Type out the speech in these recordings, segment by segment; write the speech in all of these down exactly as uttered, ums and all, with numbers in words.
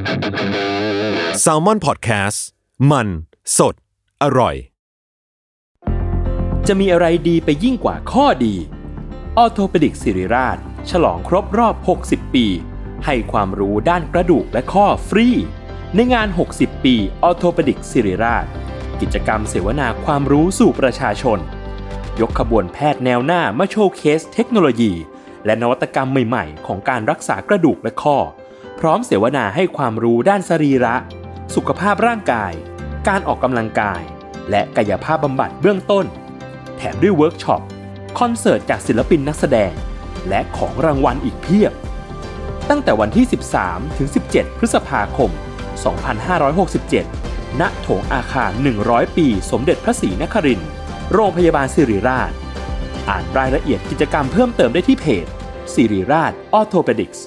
Salmon Podcast มันสดอร่อยจะมีอะไรดีไปยิ่งกว่าข้อดีออร์โธเปดิกศิริราชฉลองครบรอบหกสิบปีให้ความรู้ด้านกระดูกและข้อฟรีในงานหกสิบปีออร์โธเปดิกศิริราชกิจกรรมเสวนาความรู้สู่ประชาชนยกขบวนแพทย์แนวหน้ามาโชว์เคสเทคโนโลยีและนวัตกรรมใหม่ๆของการรักษากระดูกและข้อพร้อมเสวนาให้ความรู้ด้านสรีระสุขภาพร่างกายการออกกำลังกายและกายภาพบำบัดเบื้องต้นแถมด้วยเวิร์กช็อปคอนเสิร์ตจากศิลปินนักแสดงและของรางวัลอีกเพียบตั้งแต่วันที่ สิบสามถึงสิบเจ็ด พฤษภาคม สองพันห้าร้อยหกสิบเจ็ด ณ โถงอาคาร หนึ่งร้อย ปีสมเด็จพระศรีนครินทร์โรงพยาบาลศิริราชอ่านรายละเอียดกิจกรรมเพิ่มเติมได้ที่เพจศิริราชออร์โธเปดิกส์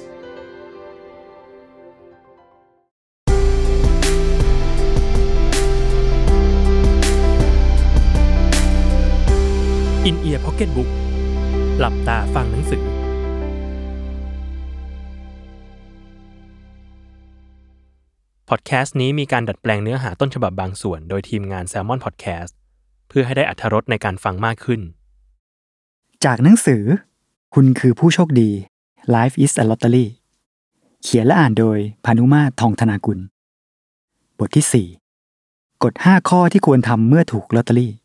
In-Ear Pocket Book หลับตาฟังหนังสือพอดแคสต์นี้มีการดัดแปลงเนื้อหาต้นฉบับบางส่วนโดยทีมงาน Salmon Podcast เพื่อให้ได้อรรถรสในการฟังมากขึ้นจากหนังสือคุณคือผู้โชคดี Life is a Lottery เขียนและอ่านโดยพานุมาตร ทองธนากุลบทที่สี่กฎห้าข้อที่ควรทำเมื่อถูกลอตเตอรี่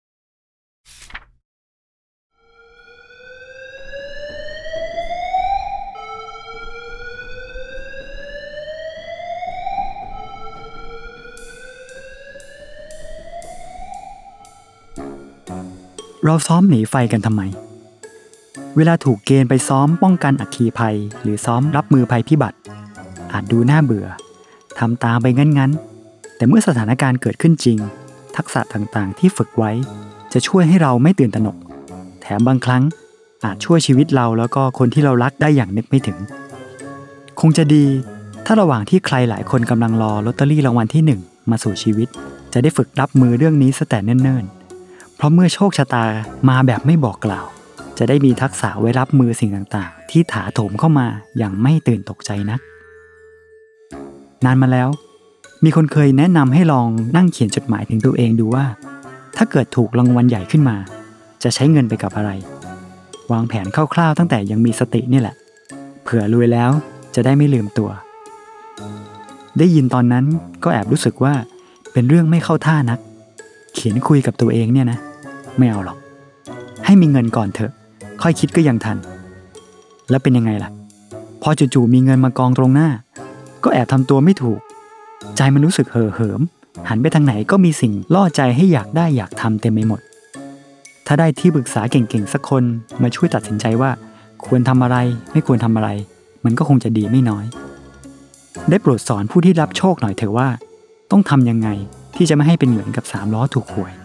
เราซ้อมหนีไฟกันทำไมเวลาถูกเกณฑ์ไปซ้อมป้องกันอัคคีภัยหรือซ้อมรับมือภัยพิบัติอาจดูน่าเบื่อทำตามไปงั้นๆแต่เมื่อสถานการณ์เกิดขึ้นจริงทักษะต่างๆที่ฝึกไว้จะช่วยให้เราไม่ตื่นตระหนกแถมบางครั้งอาจช่วยชีวิตเราแล้วก็คนที่เรารักได้อย่างนึกไม่ถึงคงจะดีถ้าระหว่างที่ใครหลายคนกำลังรอลอตเตอรี่รางวัลที่หนึ่งมาสู่ชีวิตจะได้ฝึกรับมือเรื่องนี้ซะแต่เนิ่นๆเพราะเมื่อโชคชะตามาแบบไม่บอกกล่าวจะได้มีทักษะไว้รับมือสิ่งต่างๆที่ถาโถมเข้ามาอย่างไม่ตื่นตกใจนักนานมาแล้วมีคนเคยแนะนำให้ลองนั่งเขียนจดหมายถึงตัวเองดูว่าถ้าเกิดถูกรางวัลใหญ่ขึ้นมาจะใช้เงินไปกับอะไรวางแผนคร่าวๆตั้งแต่ยังมีสตินี่แหละเผื่อรวยแล้วจะได้ไม่ลืมตัวได้ยินตอนนั้นก็แอบรู้สึกว่าเป็นเรื่องไม่เข้าท่านักเขียนคุยกับตัวเองเนี่ยนะไม่เอาหรอกให้มีเงินก่อนเถอะค่อยคิดก็ยังทันแล้วเป็นยังไงล่ะพอจู่ๆมีเงินมากองตรงหน้าก็แอบทำตัวไม่ถูกใจมันรู้สึกเห่อเหิมหันไปทางไหนก็มีสิ่งล่อใจให้อยากได้อยากทำเต็มไปหมดถ้าได้ที่ปรึกษาเก่งๆสักคนมาช่วยตัดสินใจว่าควรทำอะไรไม่ควรทำอะไรมันก็คงจะดีไม่น้อยได้โปรดสอนผู้ที่รับโชคหน่อยเถอะว่าต้องทำยังไงที่จะไม่ให้เป็นเหมือนกับสามล้อถูกหวย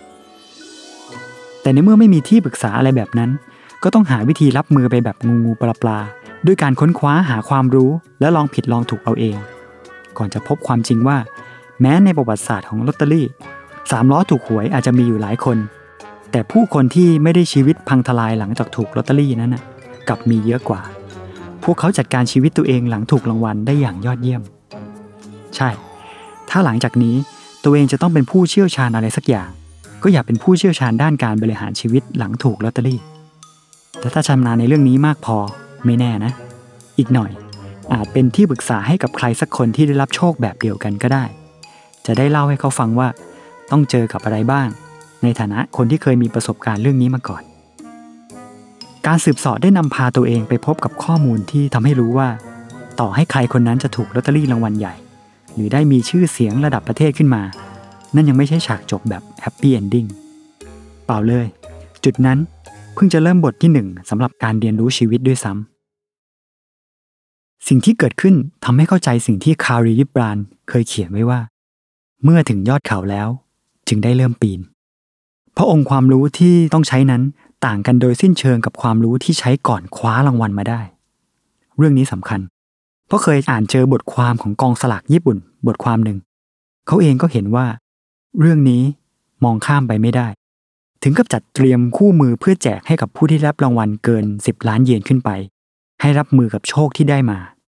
แต่ในเมื่อไม่มีที่ปรึกษาอะไรแบบนั้นก็ต้องหาวิธีรับมือไปแบบงูงูปลาปลาด้วยการค้นคว้าหาความรู้และลองผิดลองถูกเอาเองก่อนจะพบความจริงว่าแม้ในประวัติศาสตร์ของลอตเตอรี่สามล้อถูกหวยอาจจะมีอยู่หลายคนแต่ผู้คนที่ไม่ได้ชีวิตพังทลายหลังจากถูกลอตเตอรี่นั้นน่ะกลับมีเยอะกว่าพวกเขาจัดการชีวิตตัวเองหลังถูกรางวัลได้อย่างยอดเยี่ยมใช่ถ้าหลังจากนี้ตัวเองจะต้องเป็นผู้เชี่ยวชาญอะไรสักอย่างก็อย่าเป็นผู้เชี่ยวชาญด้านการบริหารชีวิตหลังถูกลอตเตอรี่แต่ถ้าชำนาญในเรื่องนี้มากพอไม่แน่นะอีกหน่อยอาจเป็นที่ปรึกษาให้กับใครสักคนที่ได้รับโชคแบบเดียวกันก็ได้จะได้เล่าให้เขาฟังว่าต้องเจอกับอะไรบ้างในฐานะคนที่เคยมีประสบการณ์เรื่องนี้มาก่อนการสืบเสาะได้นำพาตัวเองไปพบกับข้อมูลที่ทำให้รู้ว่าต่อให้ใครคนนั้นจะถูกลอตเตอรี่รางวัลใหญ่หรือได้มีชื่อเสียงระดับประเทศขึ้นมานั่นยังไม่ใช่ฉากจบแบบแฮปปี้เอนดิ้งเปล่าเลยจุดนั้นเพิ่งจะเริ่มบทที่หนึ่งสำหรับการเรียนรู้ชีวิตด้วยซ้ำสิ่งที่เกิดขึ้นทำให้เข้าใจสิ่งที่คารีลิบรานเคยเขียนไว้ว่าเมื่อถึงยอดเขาแล้วจึงได้เริ่มปีนเพราะองค์ความรู้ที่ต้องใช้นั้นต่างกันโดยสิ้นเชิงกับความรู้ที่ใช้ก่อนคว้ารางวัลมาได้เรื่องนี้สำคัญเพราะเคยอ่านเจอบทความของกองสลากญี่ปุ่นบทความหนึ่งเขาเองก็เห็นว่าเรื่องนี้มองข้ามไปไม่ได้ถึงกับจัดเตรียมคู่มือเพื่อแจกให้กับผู้ที่รับรางวัลเกินสิบล้านเยนขึ้นไปให้รับมือกับโชคที่ได้มา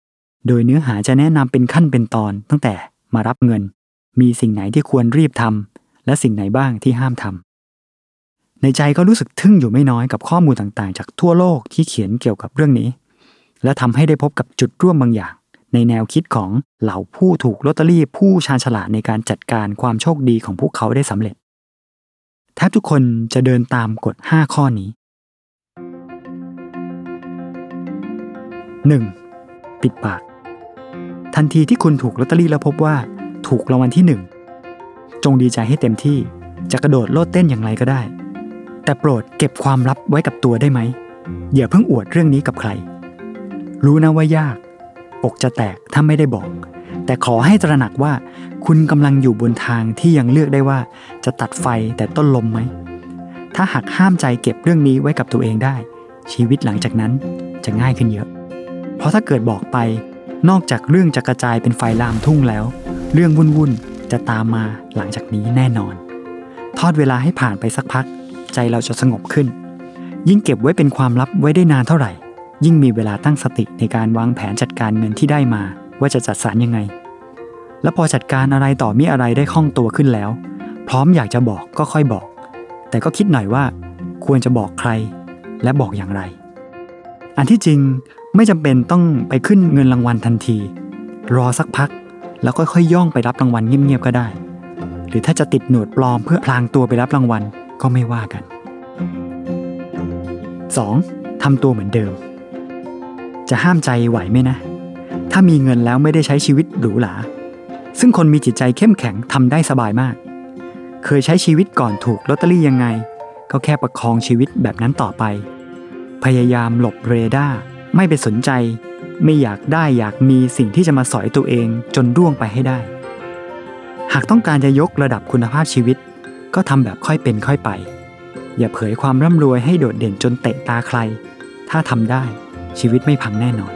โดยเนื้อหาจะแนะนำเป็นขั้นเป็นตอนตั้งแต่มารับเงินมีสิ่งไหนที่ควรรีบทำและสิ่งไหนบ้างที่ห้ามทำในใจก็รู้สึกทึ่งอยู่ไม่น้อยกับข้อมูลต่างๆจากทั่วโลกที่เขียนเกี่ยวกับเรื่องนี้และทำให้ได้พบกับจุดร่วมบางอย่างในแนวคิดของเหล่าผู้ถูกลอตเตอรี่ผู้ชาญฉลาดในการจัดการความโชคดีของพวกเขาได้สำเร็จแทบทุกคนจะเดินตามกฎห้าข้อนี้ หนึ่ง. ปิดปากทันทีที่คุณถูกลอตเตอรี่แล้วพบว่าถูกรางวัลที่หนึ่งจงดีใจให้เต็มที่จะกระโดดโลดเต้นอย่างไรก็ได้แต่โปรดเก็บความลับไว้กับตัวได้ไหมอย่าเพิ่งอวดเรื่องนี้กับใครรู้นะว่ายากอกจะแตกถ้าไม่ได้บอกแต่ขอให้ตระหนักว่าคุณกำลังอยู่บนทางที่ยังเลือกได้ว่าจะตัดไฟแต่ต้นลมไหมถ้าหากห้ามใจเก็บเรื่องนี้ไว้กับตัวเองได้ชีวิตหลังจากนั้นจะง่ายขึ้นเยอะเพราะถ้าเกิดบอกไปนอกจากเรื่องจะกระจายเป็นไฟลามทุ่งแล้วเรื่องวุ่นๆจะตามมาหลังจากนี้แน่นอนทอดเวลาให้ผ่านไปสักพักใจเราจะสงบขึ้นยิ่งเก็บไว้เป็นความลับไว้ได้นานเท่าไหร่ยิ่งมีเวลาตั้งสติในการวางแผนจัดการเงินที่ได้มาว่าจะจัดสรรยังไงและพอจัดการอะไรต่อมีอะไรได้คล่องตัวขึ้นแล้วพร้อมอยากจะบอกก็ค่อยบอกแต่ก็คิดหน่อยว่าควรจะบอกใครและบอกอย่างไรอันที่จริงไม่จำเป็นต้องไปขึ้นเงินรางวัลทันทีรอสักพักแล้วค่อยๆย่องไปรับรางวัลเงียบๆก็ได้หรือถ้าจะติดหนวดปลอมเพื่อพลางตัวไปรับรางวัลก็ไม่ว่ากัน สอง. ทำตัวเหมือนเดิมจะห้ามใจไหวไหมนะถ้ามีเงินแล้วไม่ได้ใช้ชีวิตหรูหราซึ่งคนมีจิตใจเข้มแข็งทำได้สบายมากเคยใช้ชีวิตก่อนถูกลอตเตอรี่ยังไงก็แค่ประคองชีวิตแบบนั้นต่อไปพยายามหลบเรดาร์ไม่ไปสนใจไม่อยากได้อยากมีสิ่งที่จะมาสอยตัวเองจนร่วงไปให้ได้หากต้องการจะยกระดับคุณภาพชีวิตก็ทำแบบค่อยเป็นค่อยไปอย่าเผยความร่ำรวยให้โดดเด่นจนเตะตาใครถ้าทำได้ชีวิตไม่พังแน่นอน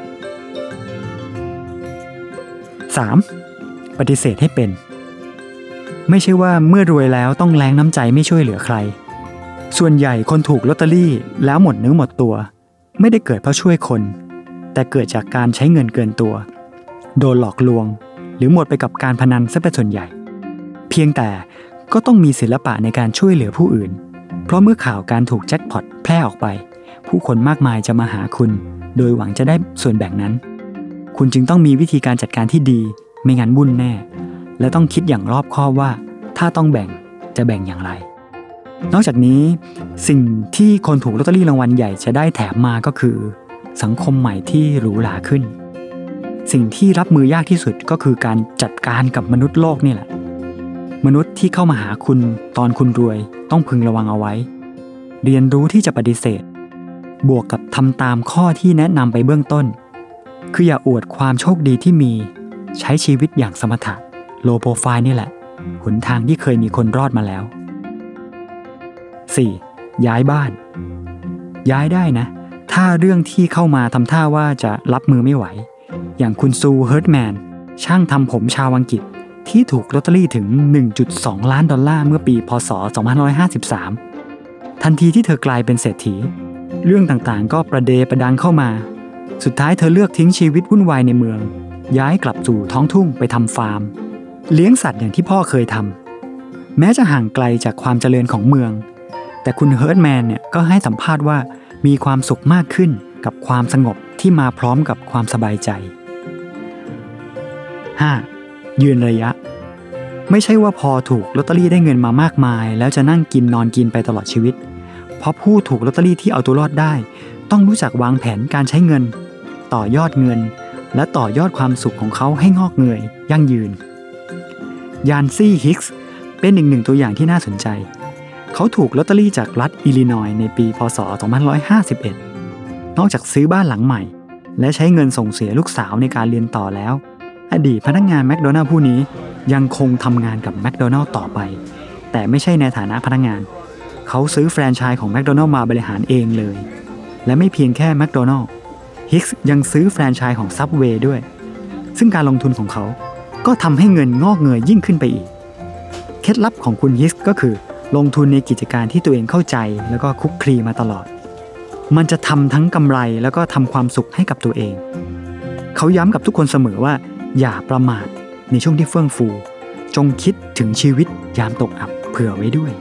สาม. ปฏิเสธให้เป็นไม่ใช่ว่าเมื่อรวยแล้วต้องแล้งน้ำใจไม่ช่วยเหลือใครส่วนใหญ่คนถูกลอตเตอรี่แล้วหมดเนื้อหมดตัวไม่ได้เกิดเพราะช่วยคนแต่เกิดจากการใช้เงินเกินตัวโดนหลอกลวงหรือหมดไปกับการพนันซะเป็นส่วนใหญ่เพียงแต่ก็ต้องมีศิลปะในการช่วยเหลือผู้อื่นเพราะเมื่อข่าวการถูกแจ็คพอตแพร่ออกไปผู้คนมากมายจะมาหาคุณโดยหวังจะได้ส่วนแบ่งนั้นคุณจึงต้องมีวิธีการจัดการที่ดีไม่งั้นวุ่นแน่และต้องคิดอย่างรอบคอบว่าถ้าต้องแบ่งจะแบ่งอย่างไรนอกจากนี้สิ่งที่คนถูกลอตเตอรี่รางวัลใหญ่จะได้แถมมาก็คือสังคมใหม่ที่หรูหราขึ้นสิ่งที่รับมือยากที่สุดก็คือการจัดการกับมนุษย์โลกนี่แหละมนุษย์ที่เข้ามาหาคุณตอนคุณรวยต้องพึงระวังเอาไว้เรียนรู้ที่จะปฏิเสธบวกกับทำตามข้อที่แนะนำไปเบื้องต้นคืออย่าอวดความโชคดีที่มีใช้ชีวิตอย่างสมถะโลโปรไฟล์นี่แหละหนทางที่เคยมีคนรอดมาแล้ว สี่. ย้ายบ้านย้ายได้นะถ้าเรื่องที่เข้ามาทำท่าว่าจะรับมือไม่ไหวอย่างคุณซูเฮิร์ตแมนช่างทำผมชาวอังกฤษที่ถูกลอตเตอรี่ถึง หนึ่งจุดสอง ล้านดอลลาร์เมื่อปีพ.ศ. สองพันห้าร้อยห้าสิบสามทันทีที่เธอกลายเป็นเศรษฐีเรื่องต่างๆก็ประเดประดังเข้ามาสุดท้ายเธอเลือกทิ้งชีวิตวุ่นวายในเมืองย้ายกลับสู่ท้องทุ่งไปทำฟาร์มเลี้ยงสัตว์อย่างที่พ่อเคยทำแม้จะห่างไกลจากความเจริญของเมืองแต่คุณเฮิร์ตแมนเนี่ยก็ให้สัมภาษณ์ว่ามีความสุขมากขึ้นกับความสงบที่มาพร้อมกับความสบายใจ ห้า. ยืนระยะไม่ใช่ว่าพอถูกลอตเตอรี่ได้เงินมามากมายแล้วจะนั่งกินนอนกินไปตลอดชีวิตเพราะผู้ถูกลอตเตอรี่ที่เอาตัวรอดได้ต้องรู้จักวางแผนการใช้เงินต่อยอดเงินและต่อยอดความสุขของเขาให้งอกเงยยั่งยืนยานซี่ฮิกส์เป็นอีกหนึ่งตัวอย่างที่น่าสนใจเขาถูกลอตเตอรี่จากรัฐอิลลินอยส์ในปีพ.ศ. สองพันห้าร้อยห้าสิบเอ็ดนอกจากซื้อบ้านหลังใหม่และใช้เงินส่งเสียลูกสาวในการเรียนต่อแล้วอดีตพนักงานแมคโดนัลด์ผู้นี้ยังคงทำงานกับแมคโดนัลด์ต่อไปแต่ไม่ใช่ในฐานะพนักงานเขาซื้อแฟรนไชส์ของแมคโดนัลด์มาบริหารเองเลยและไม่เพียงแค่แมคโดนัลด์ฮิกส์ยังซื้อแฟรนไชส์ของซับเวย์ด้วยซึ่งการลงทุนของเขาก็ทำให้เงินงอกเงยยิ่งขึ้นไปอีกเคล็ดลับของคุณฮิกส์ก็คือลงทุนในกิจการที่ตัวเองเข้าใจแล้วก็คลุกคลีมาตลอดมันจะทำทั้งกำไรแล้วก็ทำความสุขให้กับตัวเองเขาย้ำกับทุกคนเสมอว่าอย่าประมาทในช่วงที่เฟื่องฟูจงคิดถึงชีวิตยามตกอับเผื่อไว้ด้วย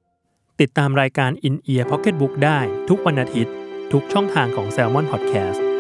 ติดตามรายการ In Ear Pocketbook ได้ทุกวันอาทิตย์ทุกช่องทางของ Salmon Podcast